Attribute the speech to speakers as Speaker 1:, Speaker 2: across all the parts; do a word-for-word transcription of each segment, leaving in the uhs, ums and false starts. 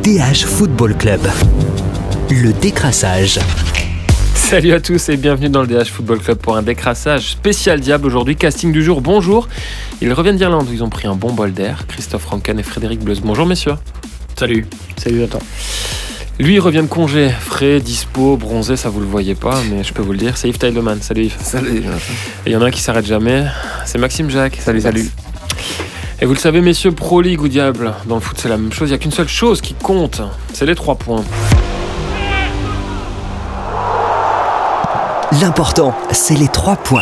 Speaker 1: D H Football Club, le décrassage.
Speaker 2: Salut à tous et bienvenue dans le D H Football Club pour un décrassage spécial Diable aujourd'hui. Casting du jour, bonjour. Ils reviennent d'Irlande où ils ont pris un bon bol d'air. Christophe Ranken et Frédéric Bleus. Bonjour messieurs.
Speaker 3: Salut.
Speaker 4: Salut, attends.
Speaker 2: Lui il revient de congé, frais, dispo, bronzé, ça vous le voyez pas, mais je peux vous le dire, c'est Yves Teileman. Salut Yves.
Speaker 3: Salut.
Speaker 2: Et il y en a un qui s'arrête jamais, c'est Maxime Jacques.
Speaker 3: Salut, salut.
Speaker 2: Et vous le savez messieurs, Pro League ou Diable, dans le foot c'est la même chose, il n'y a qu'une seule chose qui compte, c'est les trois points.
Speaker 1: L'important, c'est les trois points.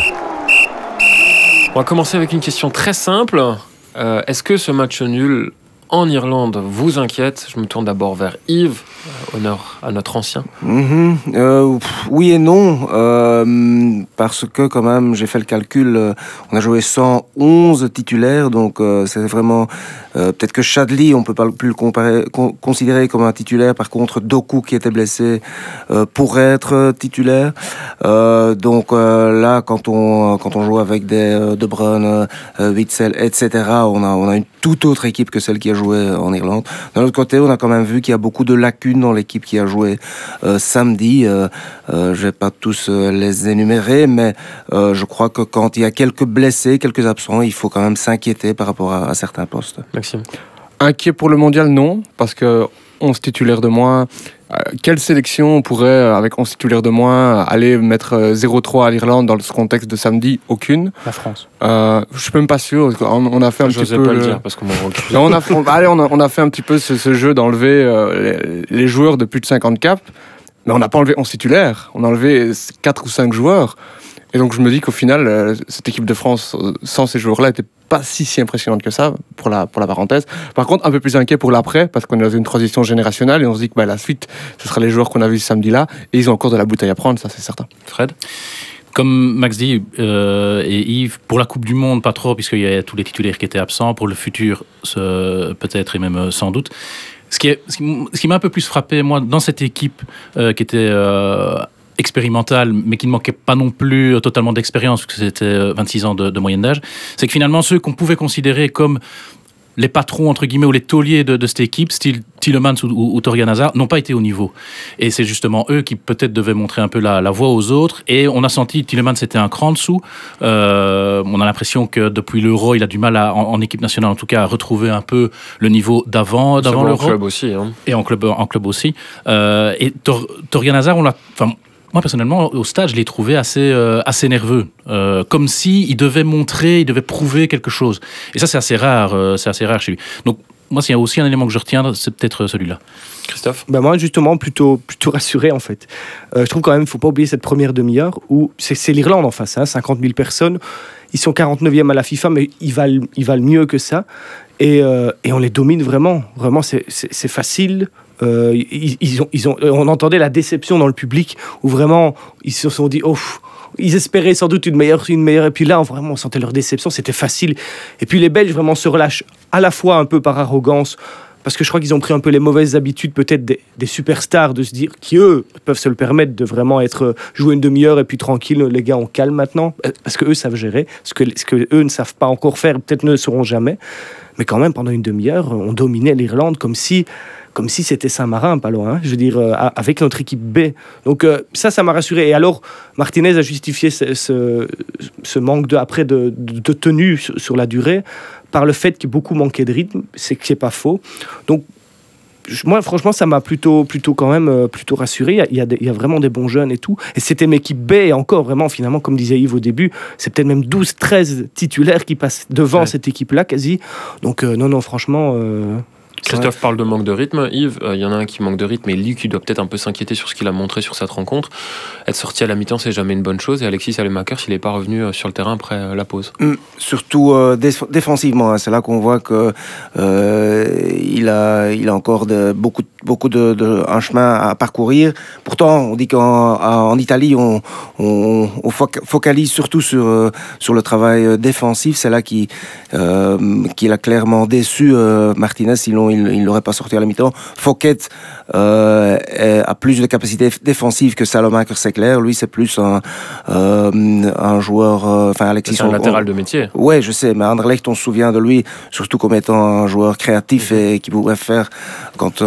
Speaker 2: On va commencer avec une question très simple. Euh, est-ce que ce match nul en Irlande vous inquiète ? Je me tourne d'abord vers Yves, euh, honneur à notre ancien.
Speaker 3: Mm-hmm. Euh, pff, oui et non, euh, parce que quand même, j'ai fait le calcul, euh, on a joué cent onze titulaires, donc euh, c'est vraiment... Euh, peut-être que Chadli, on ne peut pas plus le comparer, con, considérer comme un titulaire. Par contre, Doku, qui était blessé, euh, pourrait être titulaire. Euh, donc euh, là, quand on, quand on joue avec des euh, De Bruyne, euh, Witsel, et cetera, on a, on a une toute autre équipe que celle qui a joué en Irlande. D'un autre côté, on a quand même vu qu'il y a beaucoup de lacunes dans l'équipe qui a joué euh, samedi. Euh, euh, je ne vais pas tous euh, les énumérer, mais euh, je crois que quand il y a quelques blessés, quelques absents, il faut quand même s'inquiéter par rapport à, à certains postes.
Speaker 2: Maxime.
Speaker 4: Inquiet pour le mondial, non, parce que onze titulaires de moins. Euh, quelle sélection pourrait, avec onze titulaires de moins, aller mettre zéro trois à l'Irlande dans ce contexte de samedi ? Aucune.
Speaker 5: La France.
Speaker 4: Euh, je suis même pas sûr. On, on a fait un
Speaker 2: Je
Speaker 4: petit
Speaker 2: n'osais
Speaker 4: peu.
Speaker 2: pas le
Speaker 4: le...
Speaker 2: dire parce qu'on m'a rendu.
Speaker 4: on a fait, on, allez, on a, on a fait un petit peu ce, ce jeu d'enlever euh, les, les joueurs de plus de cinquante caps, mais on n'a pas enlevé onze titulaires. On a enlevé quatre ou cinq joueurs. Et donc je me dis qu'au final, euh, cette équipe de France, euh, sans ces joueurs-là, n'était pas si, si impressionnante que ça, pour la, pour la parenthèse. Par contre, un peu plus inquiet pour l'après, parce qu'on est dans une transition générationnelle, et on se dit que bah, la suite, ce sera les joueurs qu'on a vus ce samedi-là, et ils ont encore de la bouteille à prendre, ça c'est certain.
Speaker 2: Fred ?
Speaker 5: Comme Max dit, euh, et Yves, pour la Coupe du Monde, pas trop, puisqu'il y a tous les titulaires qui étaient absents. Pour le futur, ce, peut-être et même euh, sans doute. Ce qui, est, ce, qui, ce qui m'a un peu plus frappé, moi, dans cette équipe euh, qui était... Euh, expérimental, mais qui ne manquait pas non plus totalement d'expérience, parce que c'était vingt-six ans de, de moyenne d'âge, c'est que finalement, ceux qu'on pouvait considérer comme les patrons, entre guillemets, ou les tauliers de, de cette équipe, style Tielemans ou, ou, ou Torgan Hazard, n'ont pas été au niveau. Et c'est justement eux qui peut-être devaient montrer un peu la, la voie aux autres. Et on a senti que Tielemans était un cran dessous. Euh, on a l'impression que depuis l'Euro, il a du mal, à, en, en équipe nationale en tout cas, à retrouver un peu le niveau d'avant, d'avant l'Euro.
Speaker 2: En club aussi. Hein.
Speaker 5: Et en club, en club aussi. Euh, et Tor, Torgan Hazard, on l'a... Enfin, moi, personnellement, au stade, je l'ai trouvé assez, euh, assez nerveux. Euh, comme s'il devait montrer, il devait prouver quelque chose. Et ça, c'est assez rare, euh, c'est assez rare chez lui. Donc, moi, s'il y a aussi un élément que je retiens, c'est peut-être celui-là.
Speaker 2: Christophe ?
Speaker 4: Ben moi, justement, plutôt, plutôt rassuré, en fait. Euh, je trouve quand même qu'il ne faut pas oublier cette première demi-heure où c'est, c'est l'Irlande en face, hein, cinquante mille personnes. Ils sont quarante-neuvième à la FIFA, mais ils valent, ils valent mieux que ça. Et, euh, et on les domine vraiment. Vraiment, c'est, c'est, c'est facile. Euh, ils, ils ont, ils ont, on entendait la déception dans le public où vraiment ils se sont dit oh, ils espéraient sans doute une meilleure, une meilleure et puis là vraiment on sentait leur déception, c'était facile. Et puis les Belges vraiment se relâchent à la fois un peu par arrogance, parce que je crois qu'ils ont pris un peu les mauvaises habitudes peut-être des, des superstars, de se dire qui eux peuvent se le permettre de vraiment être jouer une demi-heure et puis tranquille, les gars on calme maintenant, parce que eux savent gérer ce que, ce que eux ne savent pas encore faire, peut-être ne le sauront jamais, mais quand même pendant une demi-heure on dominait l'Irlande comme si comme si c'était Saint-Marin, pas loin, hein, je veux dire, euh, avec notre équipe B. Donc euh, ça, ça m'a rassuré. Et alors, Martinez a justifié ce, ce, ce manque de, après de, de, de tenue sur, sur la durée par le fait qu'il beaucoup manquait de rythme, c'est que c'est pas faux. Donc, moi, franchement, ça m'a plutôt, plutôt quand même euh, plutôt rassuré. Il y, a, il, y a des, il y a vraiment des bons jeunes et tout. Et c'était une équipe B, et encore, vraiment, finalement, comme disait Yves au début, c'est peut-être même douze treize titulaires qui passent devant ouais. cette équipe-là, quasi. Donc, euh, non, non, franchement... Euh,
Speaker 2: Christophe parle de manque de rythme. Yves, il euh, y en a un qui manque de rythme et lui qui doit peut-être un peu s'inquiéter sur ce qu'il a montré sur cette rencontre. Être sorti à la mi-temps, c'est jamais une bonne chose. Et Alexis Saelemaekers, il n'est pas revenu sur le terrain après euh, la pause.
Speaker 3: Mmh, surtout euh, déf- défensivement, hein, c'est là qu'on voit que euh, il a, il a encore de, beaucoup, beaucoup de, de un chemin à parcourir. Pourtant, on dit qu'en en Italie, on, on, on focalise surtout sur euh, sur le travail défensif. C'est là qui euh, qu'il a clairement déçu euh, Martinez. Sinon, il ne l'aurait pas sorti à la mi-temps. Fouquet euh, a plus de capacité défensive que Saelemaekers, c'est clair. Lui, c'est plus un, euh, un joueur... Enfin, euh, Alexis...
Speaker 2: C'est un on, latéral on, de métier.
Speaker 3: Ouais, je sais, mais Anderlecht, on se souvient de lui, surtout comme étant un joueur créatif mm-hmm. et qui pouvait faire, quand, euh, enfin,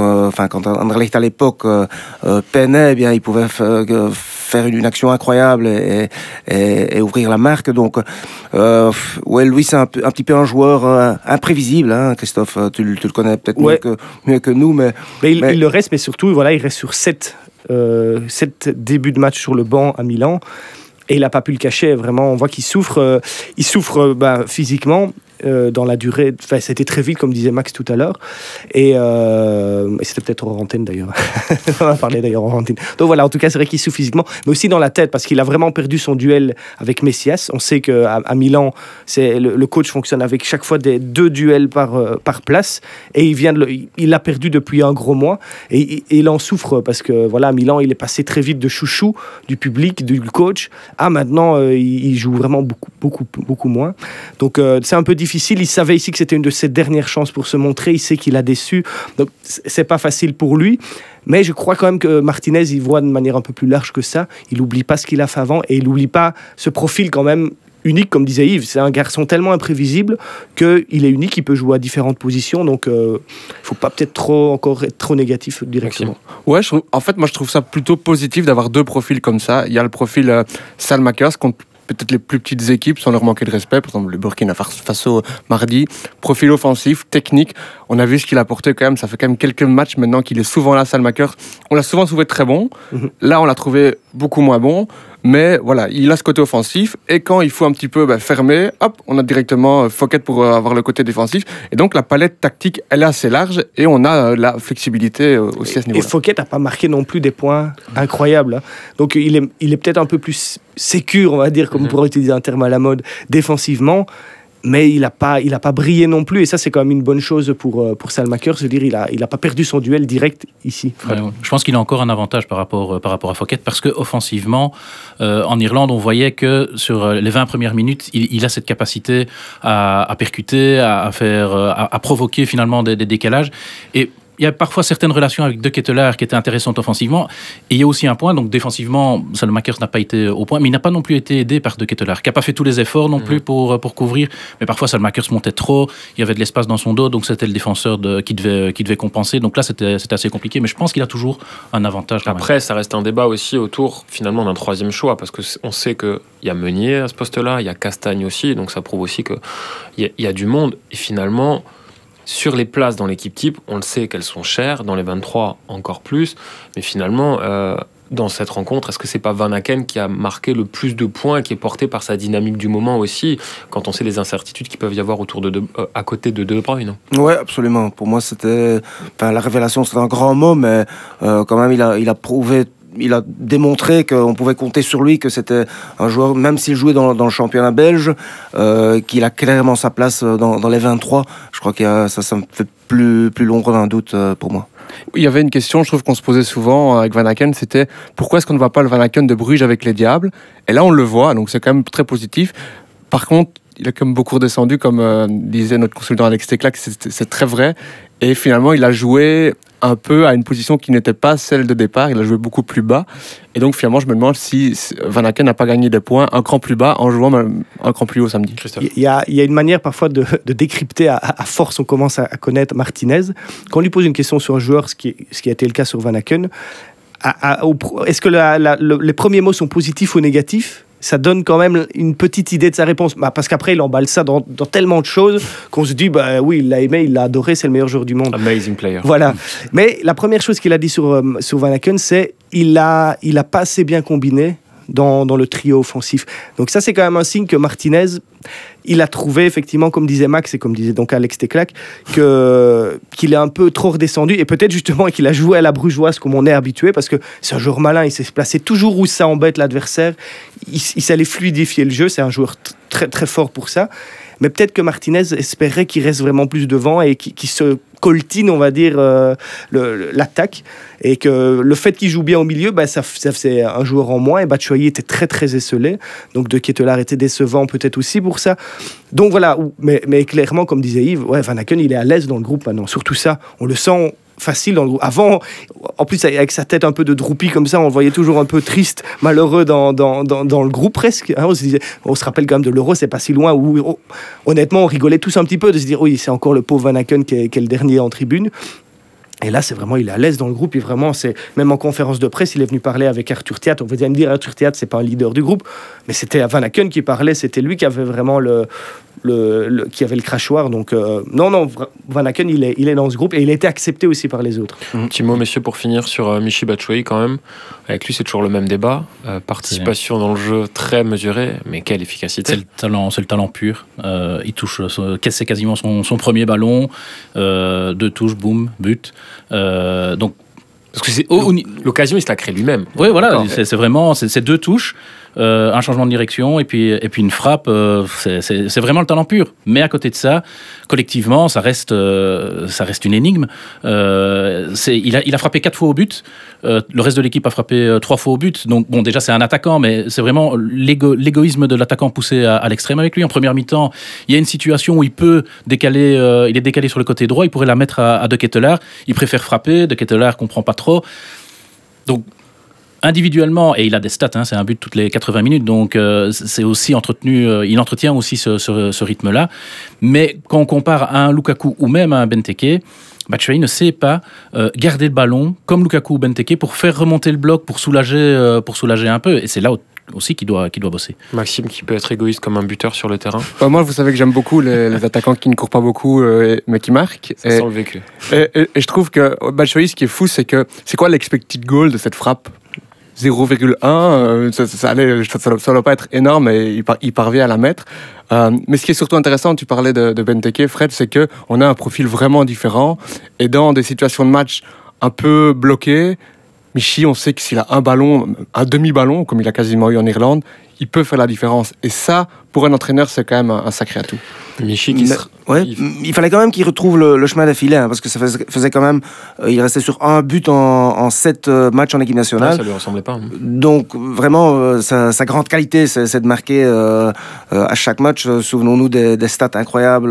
Speaker 3: enfin, quand Anderlecht à l'époque euh, euh, peinait, eh bien, il pouvait f- faire une, une action incroyable et, et, et ouvrir la marque. Donc, euh, ouais, Louis, c'est un, un petit peu un joueur euh, imprévisible, hein, Christophe. Tu, tu le connais peut-être
Speaker 4: ouais.
Speaker 3: mieux, que, mieux que nous, mais,
Speaker 4: mais, il,
Speaker 3: mais
Speaker 4: il le reste, mais surtout, voilà, il reste sur sept, euh, sept débuts de match sur le banc à Milan. Et il n'a pas pu le cacher, vraiment. On voit qu'il souffre, euh, il souffre euh, bah, physiquement euh, dans la durée. Enfin, c'était très vite, comme disait Max tout à l'heure. Et, euh, et c'était peut-être hors antenne d'ailleurs. On en parlait d'ailleurs hors antenne. Donc voilà, en tout cas, c'est vrai qu'il souffre physiquement, mais aussi dans la tête, parce qu'il a vraiment perdu son duel avec Messias. On sait qu'à à Milan, c'est, le, le coach fonctionne avec chaque fois des deux duels par, euh, par place. Et il vient de le, il l'a perdu depuis un gros mois. Et, et, et il en souffre, parce que voilà, à Milan, il est passé très vite de chouchou du public, du coach. Ah, maintenant, euh, il joue vraiment beaucoup, beaucoup, beaucoup moins. Donc, euh, c'est un peu difficile. Il savait ici que c'était une de ses dernières chances pour se montrer. Il sait qu'il a déçu. Donc, c'est pas facile pour lui. Mais je crois quand même que Martinez, il voit de manière un peu plus large que ça. Il n'oublie pas ce qu'il a fait avant et il n'oublie pas ce profil quand même unique, comme disait Yves. C'est un garçon tellement imprévisible qu'il est unique, il peut jouer à différentes positions. Donc, il euh, ne faut pas peut-être trop, encore être trop négatif directement.
Speaker 6: Ouais, je trouve, en fait, moi, je trouve ça plutôt positif d'avoir deux profils comme ça. Il y a le profil euh, Salmakers contre peut-être les plus petites équipes sans leur manquer de respect, par exemple le Burkina Faso mardi, profil offensif, technique, on a vu ce qu'il a apporté quand même, ça fait quand même quelques matchs maintenant qu'il est souvent là, Salmakers, on l'a souvent trouvé très bon, mm-hmm. Là on l'a trouvé beaucoup moins bon, mais voilà, il a ce côté offensif, et quand il faut un petit peu bah, fermer, hop, on a directement Fouquet pour euh, avoir le côté défensif, et donc la palette tactique, elle est assez large, et on a euh, la flexibilité euh, aussi à ce niveau-là.
Speaker 4: Et Fouquet n'a pas marqué non plus des points incroyables, hein. Donc il est, il est peut-être un peu plus sécure, on va dire, comme mm-hmm. on pourrait utiliser un terme à la mode, défensivement, mais il n'a pas, il a pas brillé non plus, et ça c'est quand même une bonne chose pour, pour Salmakers, c'est-à-dire il n'a il a pas perdu son duel direct ici.
Speaker 5: Ouais, ouais. Je pense qu'il a encore un avantage par rapport, par rapport à Fouquet, parce qu'offensivement, euh, en Irlande, on voyait que sur les vingt premières minutes, il, il a cette capacité à, à percuter, à, à, faire, à, à provoquer finalement des, des décalages, et il y a parfois certaines relations avec De Ketelaere qui étaient intéressantes offensivement. Et il y a aussi un point, donc défensivement, Salmakers n'a pas été au point, mais il n'a pas non plus été aidé par De Ketelaere, qui n'a pas fait tous les efforts non plus pour, pour couvrir. Mais parfois, Salmakers montait trop, il y avait de l'espace dans son dos, donc c'était le défenseur de, qui, devait, qui devait compenser. Donc là, c'était, c'était assez compliqué, mais je pense qu'il a toujours un avantage.
Speaker 2: Après, ça reste un débat aussi autour, finalement, d'un troisième choix, parce qu'on sait qu'il y a Meunier à ce poste-là, il y a Castagne aussi, donc ça prouve aussi qu'il y, y a du monde. Et finalement, sur les places dans l'équipe type, on le sait qu'elles sont chères, dans les vingt-trois encore plus, mais finalement, euh, dans cette rencontre, est-ce que c'est pas Van Aken qui a marqué le plus de points, qui est porté par sa dynamique du moment aussi, quand on sait les incertitudes qu'il peuvent y avoir autour de, de euh, à côté de De Bruyne?
Speaker 3: Oui, absolument. Pour moi, c'était, enfin, la révélation, c'est un grand mot, mais euh, quand même, il a, il a prouvé. Il a démontré qu'on pouvait compter sur lui, que c'était un joueur, même s'il jouait dans, dans le championnat belge, euh, qu'il a clairement sa place dans, dans les vingt-trois. Je crois que ça, ça me fait plus, plus l'ombre d'un doute euh, pour moi.
Speaker 6: Il y avait une question, je trouve qu'on se posait souvent avec Van Aken, c'était pourquoi est-ce qu'on ne voit pas le Van Aken de Bruges avec les Diables? Et là, on le voit, donc c'est quand même très positif. Par contre, il a comme beaucoup redescendu, comme euh, disait notre consultant Alex Teclac, c'est, c'est très vrai. Et finalement, il a joué un peu à une position qui n'était pas celle de départ. Il a joué beaucoup plus bas. Et donc, finalement, je me demande si Van Aken n'a pas gagné des points un cran plus bas en jouant un cran plus haut samedi.
Speaker 4: Christophe. Il y a, il y a une manière parfois de, de décrypter, à, à force on commence à, à connaître Martinez. Quand on lui pose une question sur un joueur, ce qui, ce qui a été le cas sur Van Aken, à, à, au, est-ce que la, la, le, les premiers mots sont positifs ou négatifs? Ça donne quand même une petite idée de sa réponse. Bah, parce qu'après, il emballe ça dans, dans tellement de choses qu'on se dit, bah oui, il l'a aimé, il l'a adoré, c'est le meilleur joueur du monde.
Speaker 2: Amazing player.
Speaker 4: Voilà. Mais la première chose qu'il a dit sur, euh, sur Van Aken, c'est il a, il a pas assez bien combiné dans, dans le trio offensif. Donc ça, c'est quand même un signe que Martinez, il a trouvé, effectivement, comme disait Max et comme disait donc Alex Teclac, que, qu'il est un peu trop redescendu et peut-être justement qu'il a joué à la brugeoise comme on est habitué, parce que c'est un joueur malin, il s'est placé toujours où ça embête l'adversaire, il, il s'allait fluidifier le jeu, c'est un joueur t- très, très fort pour ça. Mais peut-être que Martinez espérait qu'il reste vraiment plus devant et qu'il, qu'il se coltine, on va dire, euh, le, l'attaque. Et que le fait qu'il joue bien au milieu, bah, ça, ça faisait un joueur en moins. Et Batshuayi était très, très esselé. Donc De Ketelaere était décevant peut-être aussi pour ça. Donc voilà, mais, mais clairement, comme disait Yves, ouais, Van Aken, il est à l'aise dans le groupe maintenant. Surtout ça, on le sent facile dans le groupe. Avant, en plus avec sa tête un peu de droupie comme ça, on le voyait toujours un peu triste, malheureux dans, dans, dans, dans le groupe presque. Hein, on, se disait, on se rappelle quand même de l'Euro, c'est pas si loin, où oh, honnêtement on rigolait tous un petit peu de se dire oui, c'est encore le pauvre Van Aken qui est, qui est le dernier en tribune. Et là, c'est vraiment, il est à l'aise dans le groupe. Et vraiment, c'est, même en conférence de presse, il est venu parler avec Arthur Théâtre. On va me dire, Arthur Théâtre, c'est pas un leader du groupe, mais c'était Van Aken qui parlait. C'était lui qui avait vraiment le, le, le qui avait le crachoir. Donc euh, non, non, Van Aken, il est, il est dans ce groupe et il a été accepté aussi par les autres.
Speaker 2: Un petit mot, messieurs, pour finir sur euh, Michy Batshuayi quand même. Avec lui, c'est toujours le même débat. Euh, participation dans le jeu très mesurée, mais quelle efficacité.
Speaker 5: C'est le talent, c'est le talent pur. Euh, il touche, c'est quasiment son, son premier ballon, euh, deux touches, boum, but. Euh, donc
Speaker 2: parce que c'est oh, l'occasion, il se l'a créé lui-même.
Speaker 5: Oui, voilà, c'est, c'est vraiment c'est, c'est deux touches, euh, un changement de direction et puis et puis une frappe. Euh, c'est, c'est, c'est vraiment le talent pur. Mais à côté de ça, collectivement, ça reste euh, ça reste une énigme. Euh, c'est, il a il a frappé quatre fois au but. Euh, le reste de l'équipe a frappé euh, trois fois au but. Donc bon, déjà c'est un attaquant, mais c'est vraiment l'égo, l'égoïsme de l'attaquant poussé à, à l'extrême avec lui. En première mi-temps, il y a une situation où il peut décaler, euh, il est décalé sur le côté droit, il pourrait la mettre à, à De Ketelaere. Il préfère frapper. De Ketelaere comprend pas trop. Donc individuellement, et il a des stats, hein, c'est un but toutes les quatre-vingts minutes, donc euh, c'est aussi entretenu, euh, il entretient aussi ce, ce, ce rythme-là. Mais quand on compare à un Lukaku ou même à un Benteke, Batshuayi ne sait pas euh, garder le ballon comme Lukaku ou Benteke pour faire remonter le bloc, pour soulager, euh, pour soulager un peu. Et c'est là où aussi qu'il doit, qu'il doit bosser.
Speaker 2: Maxime, qui peut être égoïste comme un buteur sur le terrain.
Speaker 6: Bah, moi, vous savez que j'aime beaucoup les, les attaquants qui ne courent pas beaucoup, euh, mais qui marquent.
Speaker 2: Ça
Speaker 6: et,
Speaker 2: sent le vécu.
Speaker 6: Et, et, et je trouve que Batshuayi, ce qui est fou, c'est que c'est quoi l'expected goal de cette frappe ? zéro virgule un, euh, ça, ça, allait, ça ne doit pas être énorme, mais il, par, il parvient à la mettre. Euh, mais ce qui est surtout intéressant, tu parlais de, de Benteke, Fred, c'est qu'on a un profil vraiment différent. Et dans des situations de match un peu bloquées, Michy, on sait que s'il a un ballon, un demi-ballon, comme il a quasiment eu en Irlande, il peut faire la différence. Et ça, pour un entraîneur, c'est quand même un, un sacré atout.
Speaker 2: Michy qui sera...
Speaker 3: Ouais, il... il fallait quand même qu'il retrouve le, le chemin d'affilée, hein, parce que ça faisait, faisait quand même... Euh, il restait sur un but en, en sept euh, matchs en équipe nationale.
Speaker 2: Ouais, ça lui ressemblait pas. Hein.
Speaker 3: Donc, vraiment, euh, sa, sa grande qualité, c'est, c'est de marquer euh, euh, à chaque match. Euh, souvenons-nous des, des stats incroyables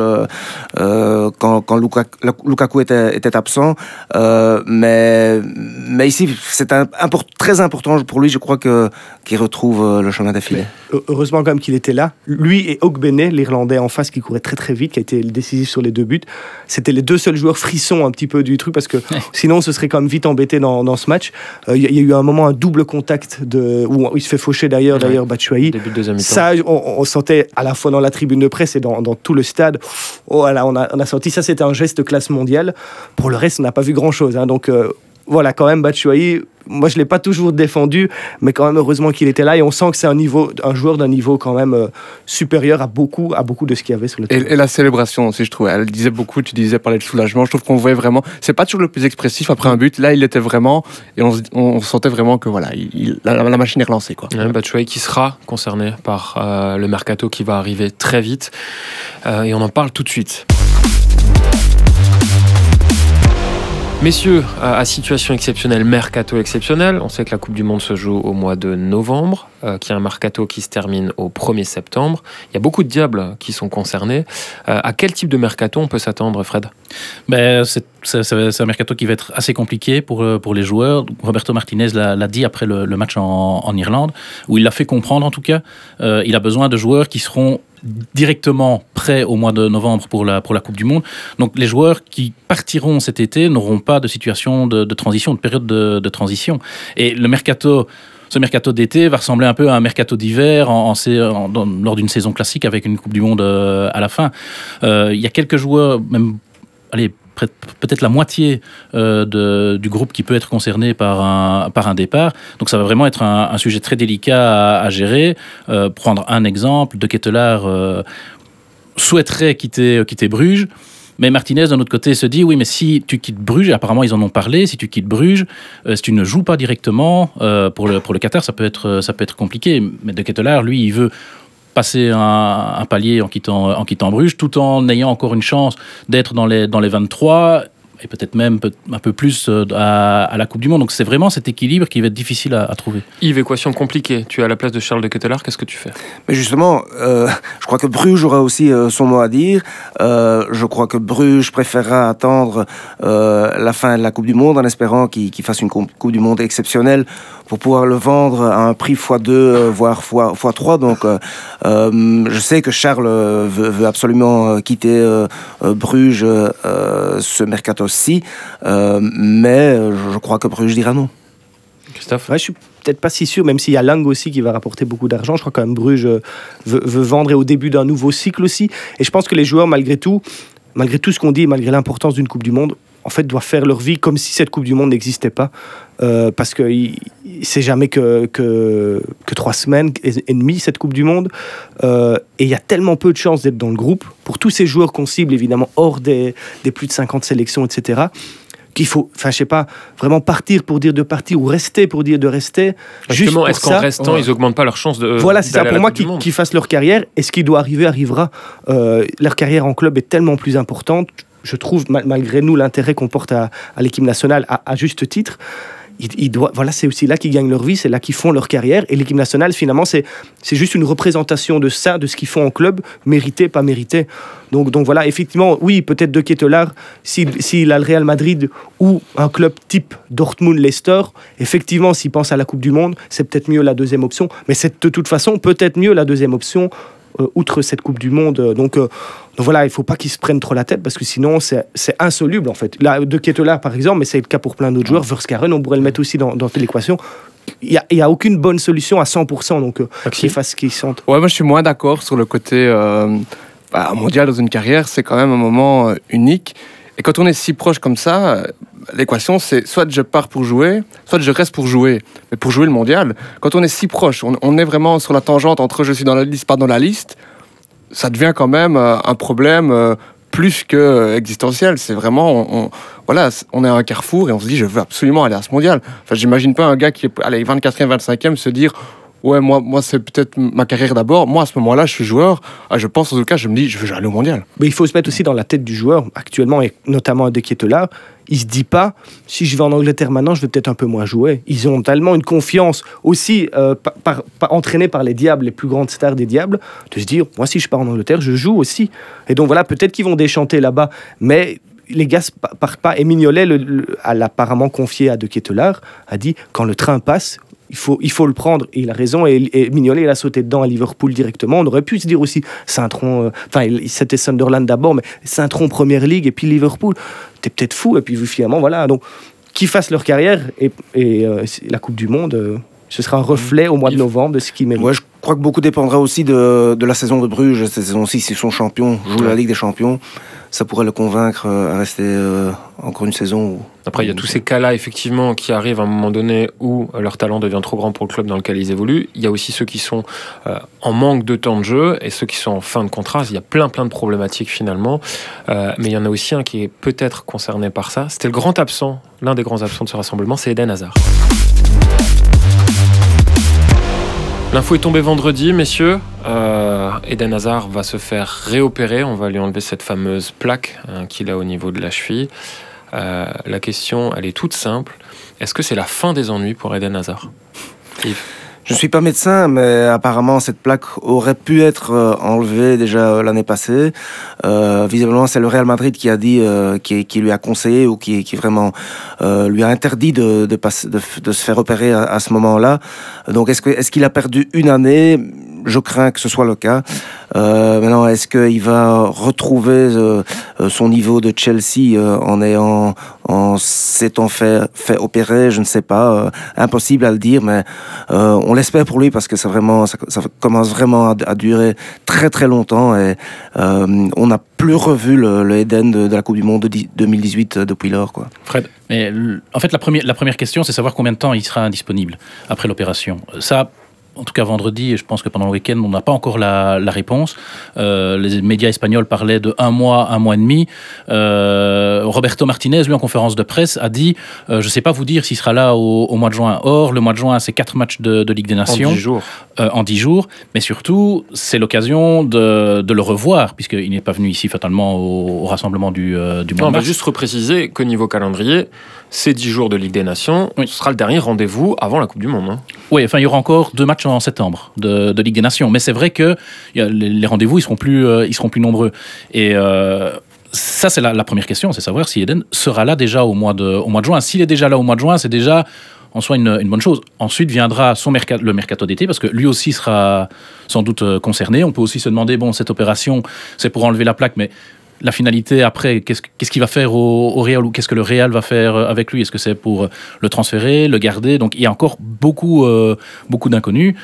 Speaker 3: euh, quand, quand Lukaku, Lukaku était, était absent. Euh, mais, mais ici, c'est un, import, très important pour lui, je crois, que, qu'il retrouve euh, le chemin d'affilée.
Speaker 4: Mais, heureusement quand même qu'il était là. Lui et Ogbene, l'Irlandais en face, qui courait très très vite, qui a été le décisif sur les deux buts. C'était les deux seuls joueurs frissons un petit peu du truc, parce que sinon on se serait quand même vite embêté dans, dans ce match. Il euh, y, y a eu un moment un double contact de, où il se fait faucher d'ailleurs, ouais, d'ailleurs Batshuayi.
Speaker 2: Début de deuxième mi-temps.
Speaker 4: Ça, on, on sentait à la fois dans la tribune de presse et dans, dans tout le stade. Oh, voilà, on a, on a senti ça, c'était un geste classe mondiale. Pour le reste, on n'a pas vu grand-chose. Hein, donc euh, voilà, quand même Batshuayi. Moi, je ne l'ai pas toujours défendu, mais quand même, heureusement qu'il était là. Et on sent que c'est un, niveau, un joueur d'un niveau quand même euh, supérieur à beaucoup, à beaucoup de ce qu'il y avait sur le terrain.
Speaker 6: Et, et la célébration aussi, je trouvais. Elle disait beaucoup, tu disais, parler de soulagement. Je trouve qu'on voyait vraiment... C'est pas toujours le plus expressif après un but. Là, il était vraiment... Et on, on sentait vraiment que voilà, il, la, la machine est relancée, quoi.
Speaker 2: Ouais, Batshuayi qui sera concerné par euh, le mercato qui va arriver très vite. Euh, et on en parle tout de suite. Messieurs, à situation exceptionnelle, mercato exceptionnel, on sait que la Coupe du Monde se joue au mois de novembre, euh, qu'il y a un mercato qui se termine au premier septembre. Il y a beaucoup de diables qui sont concernés. Euh, à quel type de mercato on peut s'attendre, Fred ?
Speaker 5: Ben, c'est, c'est, c'est un mercato qui va être assez compliqué pour, pour les joueurs. Roberto Martinez l'a, l'a dit après le, le match en, en Irlande, où il l'a fait comprendre en tout cas. Euh, il a besoin de joueurs qui seront directement prêts au mois de novembre pour la, pour la Coupe du Monde. Donc les joueurs qui partiront cet été n'auront pas de situation de, de transition, de période de, de transition. Et le mercato... Ce mercato d'été va ressembler un peu à un mercato d'hiver en, en, en, dans, lors d'une saison classique avec une Coupe du Monde euh, à la fin. Euh, il y a quelques joueurs, même allez, peut-être la moitié euh, de, du groupe qui peut être concerné par un, par un départ. Donc ça va vraiment être un, un sujet très délicat à, à gérer. Euh, prendre un exemple, De Ketelaere euh, souhaiterait quitter, quitter Bruges. Mais Martinez, d'un autre côté, se dit, oui, mais si tu quittes Bruges, apparemment ils en ont parlé, si tu quittes Bruges, euh, si tu ne joues pas directement, euh, pour, le, pour le Qatar, ça peut être, ça peut être compliqué. Mais De Ketelaere, lui, il veut passer un, un palier en quittant, en quittant Bruges, tout en ayant encore une chance d'être dans les, dans les vingt-trois, et peut-être même un peu plus à, à la Coupe du Monde. Donc c'est vraiment cet équilibre qui va être difficile à, à trouver.
Speaker 2: Yves, équation compliquée. Tu es à la place de Charles De Ketelaere, qu'est-ce que tu fais ?
Speaker 3: Mais justement, euh, je crois que Bruges aura aussi euh, son mot à dire. Euh, je crois que Bruges préférera attendre euh, la fin de la Coupe du Monde en espérant qu'il, qu'il fasse une Coupe du Monde exceptionnelle pour pouvoir le vendre à un prix fois deux, euh, voire fois, fois trois. Donc euh, euh, je sais que Charles veut, veut absolument quitter euh, Bruges euh, ce mercato aussi. Euh, mais je crois que Bruges dira non.
Speaker 2: Christophe?
Speaker 4: Ouais, je suis peut-être pas si sûr, même s'il y a Lang aussi qui va rapporter beaucoup d'argent. Je crois quand même Bruges veut, veut vendre et au début d'un nouveau cycle aussi. Et je pense que les joueurs, malgré tout, malgré tout ce qu'on dit, malgré l'importance d'une Coupe du Monde, en fait, doivent faire leur vie comme si cette Coupe du Monde n'existait pas. Euh, parce que il, c'est jamais que, que, que trois semaines et, et demie, cette Coupe du Monde. Euh, et il y a tellement peu de chances d'être dans le groupe. Pour tous ces joueurs qu'on cible, évidemment, hors des, des plus de cinquante sélections, et cetera, qu'il faut, enfin, je sais pas, vraiment partir pour dire de partir ou rester pour dire de rester.
Speaker 2: Justement,
Speaker 4: juste
Speaker 2: est-ce qu'en
Speaker 4: ça,
Speaker 2: restant,
Speaker 4: ouais.
Speaker 2: ils augmentent pas leurs chances de.
Speaker 4: Voilà, c'est ça. Pour moi, qu'ils,
Speaker 2: qu'ils
Speaker 4: qu'ils fassent leur carrière. Et ce qui doit arriver, arrivera. Euh, leur carrière en club est tellement plus importante. Je trouve, mal, malgré nous, l'intérêt qu'on porte à, à l'équipe nationale, à, à juste titre. Ils, ils doivent, voilà, c'est aussi là qu'ils gagnent leur vie, c'est là qu'ils font leur carrière. Et l'équipe nationale, finalement, c'est, c'est juste une représentation de ça, de ce qu'ils font en club, mérité, pas mérité. Donc, donc voilà, effectivement, oui, peut-être De Ketelaere, s'il, s'il a le Real Madrid ou un club type Dortmund, Leicester, effectivement, s'il pense à la Coupe du Monde, c'est peut-être mieux la deuxième option. Mais c'est de toute façon peut-être mieux la deuxième option, euh, outre cette Coupe du Monde. Donc, euh, donc voilà, il ne faut pas qu'ils se prennent trop la tête parce que sinon, c'est, c'est insoluble en fait. Là, De Ketelaere, par exemple, mais c'est le cas pour plein d'autres joueurs. Verskaren, on pourrait le mettre aussi dans, dans l'équation. Il n'y a, y a aucune bonne solution à cent pour cent, donc euh, qu'ils fassent ce qu'ils sentent.
Speaker 6: Ouais, moi je suis moins d'accord sur le côté euh, bah, mondial dans une carrière, c'est quand même un moment euh, unique. Et quand on est si proche comme ça, euh, l'équation c'est soit je pars pour jouer, soit je reste pour jouer. Mais pour jouer le mondial, quand on est si proche, on, on est vraiment sur la tangente entre je suis dans la liste, pas dans la liste, ça devient quand même euh, un problème euh, plus que euh, existentiel. C'est vraiment, on, on, voilà, on est à un carrefour et on se dit je veux absolument aller à ce mondial. Enfin, j'imagine pas un gars qui est allez, vingt-quatrième, vingt-cinquième se dire ouais, moi, moi c'est peut-être ma carrière d'abord. Moi, à ce moment-là, je suis joueur. Ah, je pense en tout cas, je me dis je veux aller au mondial.
Speaker 4: Mais il faut se mettre aussi dans la tête du joueur actuellement, et notamment De Ketelaere. Il se dit pas, si je vais en Angleterre maintenant, je vais peut-être un peu moins jouer. Ils ont tellement une confiance aussi, euh, par, par, par, entraînés par les diables, les plus grandes stars des diables, de se dire, moi si je pars en Angleterre, je joue aussi. Et donc voilà, peut-être qu'ils vont déchanter là-bas, mais les gars ne partent pas. Et Mignolet, le, le, a apparemment confié à De Ketelaere, a dit, quand le train passe, Il faut, il faut le prendre, et il a raison, et, et Mignolet il a sauté dedans à Liverpool directement. On aurait pu se dire aussi Saint-Tron, enfin euh, c'était Sunderland d'abord, mais Saint-Tron Première Ligue et puis Liverpool, t'es peut-être fou, et puis finalement voilà, donc qu'ils fassent leur carrière, et, et euh, la Coupe du Monde, euh, ce sera un reflet au mois de novembre de ce qu'ils méritent.
Speaker 3: Ouais, je crois que beaucoup dépendra aussi de, de la saison de Bruges. Cette saison-ci, s'ils sont champions, jouent ouais. la Ligue des Champions, ça pourrait le convaincre à rester euh, encore une saison. Où,
Speaker 2: Après, il y a tous ces cas-là, effectivement, qui arrivent à un moment donné où leur talent devient trop grand pour le club dans lequel ils évoluent. Il y a aussi ceux qui sont euh, en manque de temps de jeu et ceux qui sont en fin de contrat. Il y a plein, plein de problématiques finalement. Euh, mais il y en a aussi un qui est peut-être concerné par ça. C'était le grand absent, l'un des grands absents de ce rassemblement, c'est Eden Hazard. L'info est tombée vendredi, messieurs. Euh, Eden Hazard va se faire réopérer. On va lui enlever cette fameuse plaque hein, qu'il a au niveau de la cheville. Euh, la question, elle est toute simple. Est-ce que c'est la fin des ennuis pour Eden Hazard ? Yves ?
Speaker 3: Je ne suis pas médecin, mais apparemment cette plaque aurait pu être euh, enlevée déjà euh, l'année passée. Euh, visiblement, c'est le Real Madrid qui a dit, euh, qui, qui lui a conseillé ou qui, qui vraiment euh, lui a interdit de, de, passer, de, de se faire opérer à, à ce moment-là. Donc, est-ce que, est-ce qu'il a perdu une année ? Je crains que ce soit le cas. Euh, maintenant, est-ce qu'il va retrouver euh, son niveau de Chelsea euh, en ayant, en s'étant fait, fait opérer ? Je ne sais pas. Euh, impossible à le dire, mais euh, on l'espère pour lui parce que ça, vraiment, ça, ça commence vraiment à, à durer très très longtemps et euh, on n'a plus revu le, le Eden de, de la Coupe du Monde de deux mille dix-huit depuis lors, quoi.
Speaker 5: Fred, mais en fait, la première, la première question, c'est savoir combien de temps il sera indisponible après l'opération. Ça. En tout cas vendredi, et je pense que pendant le week-end, on n'a pas encore la, la réponse. Euh, les médias espagnols parlaient de un mois, un mois et demi. Euh, Roberto Martinez, lui, en conférence de presse, a dit euh, « Je ne sais pas vous dire s'il sera là au, au mois de juin. » Or, le mois de juin, c'est quatre matchs de, de Ligue des Nations.
Speaker 2: En dix jours.
Speaker 5: Euh, en dix jours. Mais surtout, c'est l'occasion de, de le revoir, puisqu'il n'est pas venu ici fatalement au, au rassemblement du, euh, du mois
Speaker 2: non,
Speaker 5: de mars.
Speaker 2: On va juste repréciser qu'au niveau calendrier, ces dix jours de Ligue des Nations,
Speaker 5: oui.
Speaker 2: ce sera le dernier rendez-vous avant la Coupe du Monde. Hein.
Speaker 5: Oui, enfin, il y aura encore deux matchs en septembre de, de Ligue des Nations. Mais c'est vrai que y a, les, les rendez-vous, ils seront plus, euh, ils seront plus nombreux. Et euh, ça, c'est la, la première question, c'est savoir si Eden sera là déjà au mois de, au mois de juin. S'il est déjà là au mois de juin, c'est déjà en soi une, une bonne chose. Ensuite viendra son mercat, le mercato d'été, parce que lui aussi sera sans doute concerné. On peut aussi se demander, bon, cette opération, c'est pour enlever la plaque, mais la finalité après, qu'est-ce, qu'est-ce qu'il va faire au, au Real ou qu'est-ce que le Real va faire avec lui? Est-ce que c'est pour le transférer, le garder? Donc il y a encore beaucoup, euh, beaucoup d'inconnus.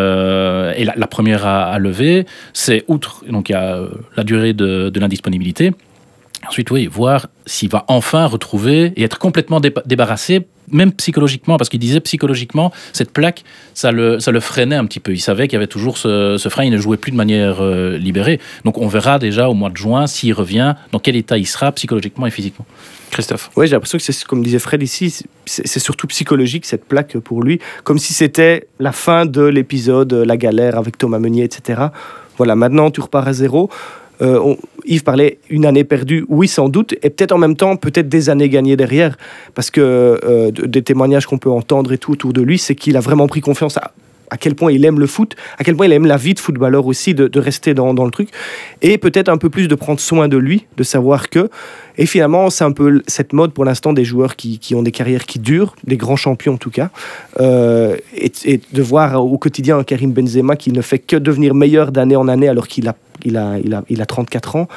Speaker 5: Euh, et la, la première à, à lever, c'est outre, donc il y a la durée de, de l'indisponibilité. Ensuite, oui, voir s'il va enfin retrouver et être complètement dé- débarrassé, même psychologiquement, parce qu'il disait psychologiquement, cette plaque, ça le, ça le freinait un petit peu. Il savait qu'il y avait toujours ce, ce frein, il ne jouait plus de manière euh, libérée. Donc on verra déjà au mois de juin s'il revient, dans quel état il sera psychologiquement et physiquement.
Speaker 2: Christophe.
Speaker 4: Oui, j'ai l'impression que c'est, comme disait Fred ici, c'est, c'est surtout psychologique cette plaque pour lui, comme si c'était la fin de l'épisode, la galère avec Thomas Meunier, et cetera. Voilà, maintenant tu repars à zéro. Euh, on, Yves parlait une année perdue, oui sans doute, et peut-être en même temps, peut-être des années gagnées derrière, parce que euh, des témoignages qu'on peut entendre et tout autour de lui, c'est qu'il a vraiment pris confiance à, à quel point il aime le foot, à quel point il aime la vie de footballeur aussi, de, de rester dans, dans le truc, et peut-être un peu plus de prendre soin de lui, de savoir que, et finalement c'est un peu cette mode pour l'instant des joueurs qui, qui ont des carrières qui durent, des grands champions en tout cas, euh, et, et de voir au quotidien un Karim Benzema qui ne fait que devenir meilleur d'année en année alors qu'il a Il a, il, a, il a trente-quatre ans.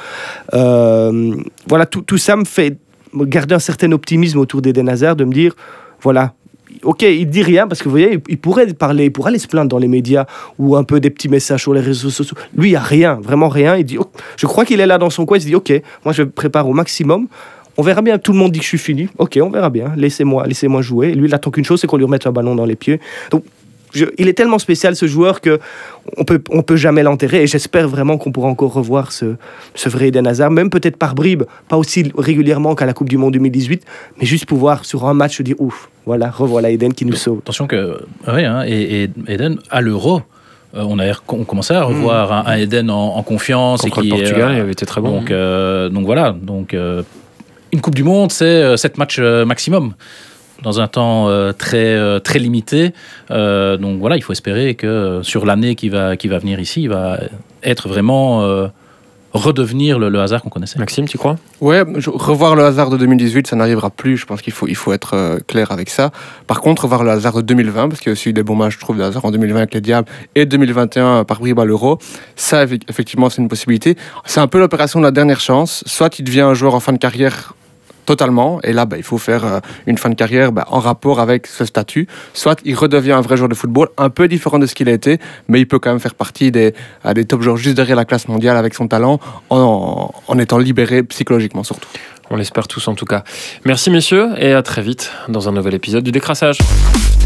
Speaker 4: Euh, voilà, tout, tout ça me fait garder un certain optimisme autour d'Eden Hazard, de me dire, voilà, ok, il dit rien, parce que vous voyez, il, il pourrait parler, il pourrait aller se plaindre dans les médias, ou un peu des petits messages sur les réseaux sociaux. Lui, il n'y a rien, vraiment rien. Il dit, oh, je crois qu'il est là dans son coin, il se dit, ok, moi je me prépare au maximum. On verra bien, tout le monde dit que je suis fini. Ok, on verra bien, laissez-moi, laissez-moi jouer. Et lui, il attend qu'une chose, c'est qu'on lui remette un ballon dans les pieds. Donc, Je, il est tellement spécial ce joueur que on peut on peut jamais l'enterrer et j'espère vraiment qu'on pourra encore revoir ce ce vrai Eden Hazard, même peut-être par bribes, pas aussi régulièrement qu'à la Coupe du Monde deux mille dix-huit, mais juste pouvoir sur un match se dire ouf, voilà, revoilà Eden qui nous sauve.
Speaker 5: Attention que oui, hein, et, et Eden à l'Euro. Euh, on, a, on commençait à revoir mmh. un, un Eden en, en confiance.
Speaker 2: Contre
Speaker 5: et qui,
Speaker 2: le Portugal,
Speaker 5: euh,
Speaker 2: il avait été très bon.
Speaker 5: Donc, euh, donc voilà, donc, euh, une Coupe du Monde, c'est euh, sept matchs euh, maximum. Dans un temps euh, très, euh, très limité. Euh, donc voilà, il faut espérer que euh, sur l'année qui va, qui va venir ici, il va être vraiment euh, redevenir le, le Hazard qu'on connaissait.
Speaker 2: Maxime, tu crois ?
Speaker 6: Ouais, je, revoir le Hazard de deux mille dix-huit, ça n'arrivera plus. Je pense qu'il faut, il faut être euh, clair avec ça. Par contre, revoir le Hazard de deux mille vingt, parce qu'il y a aussi eu des bons matchs, je trouve, de Hazard en deux mille vingt avec les Diables et deux mille vingt et un par bribes à l'Euro. Ça, effectivement, c'est une possibilité. C'est un peu l'opération de la dernière chance. Soit il devient un joueur en fin de carrière totalement, et là bah, il faut faire euh, une fin de carrière bah, en rapport avec ce statut, soit il redevient un vrai joueur de football, un peu différent de ce qu'il a été, mais il peut quand même faire partie des, à des top joueurs juste derrière la classe mondiale avec son talent, en, en étant libéré psychologiquement surtout.
Speaker 2: On l'espère tous en tout cas. Merci messieurs, et à très vite dans un nouvel épisode du Décrassage.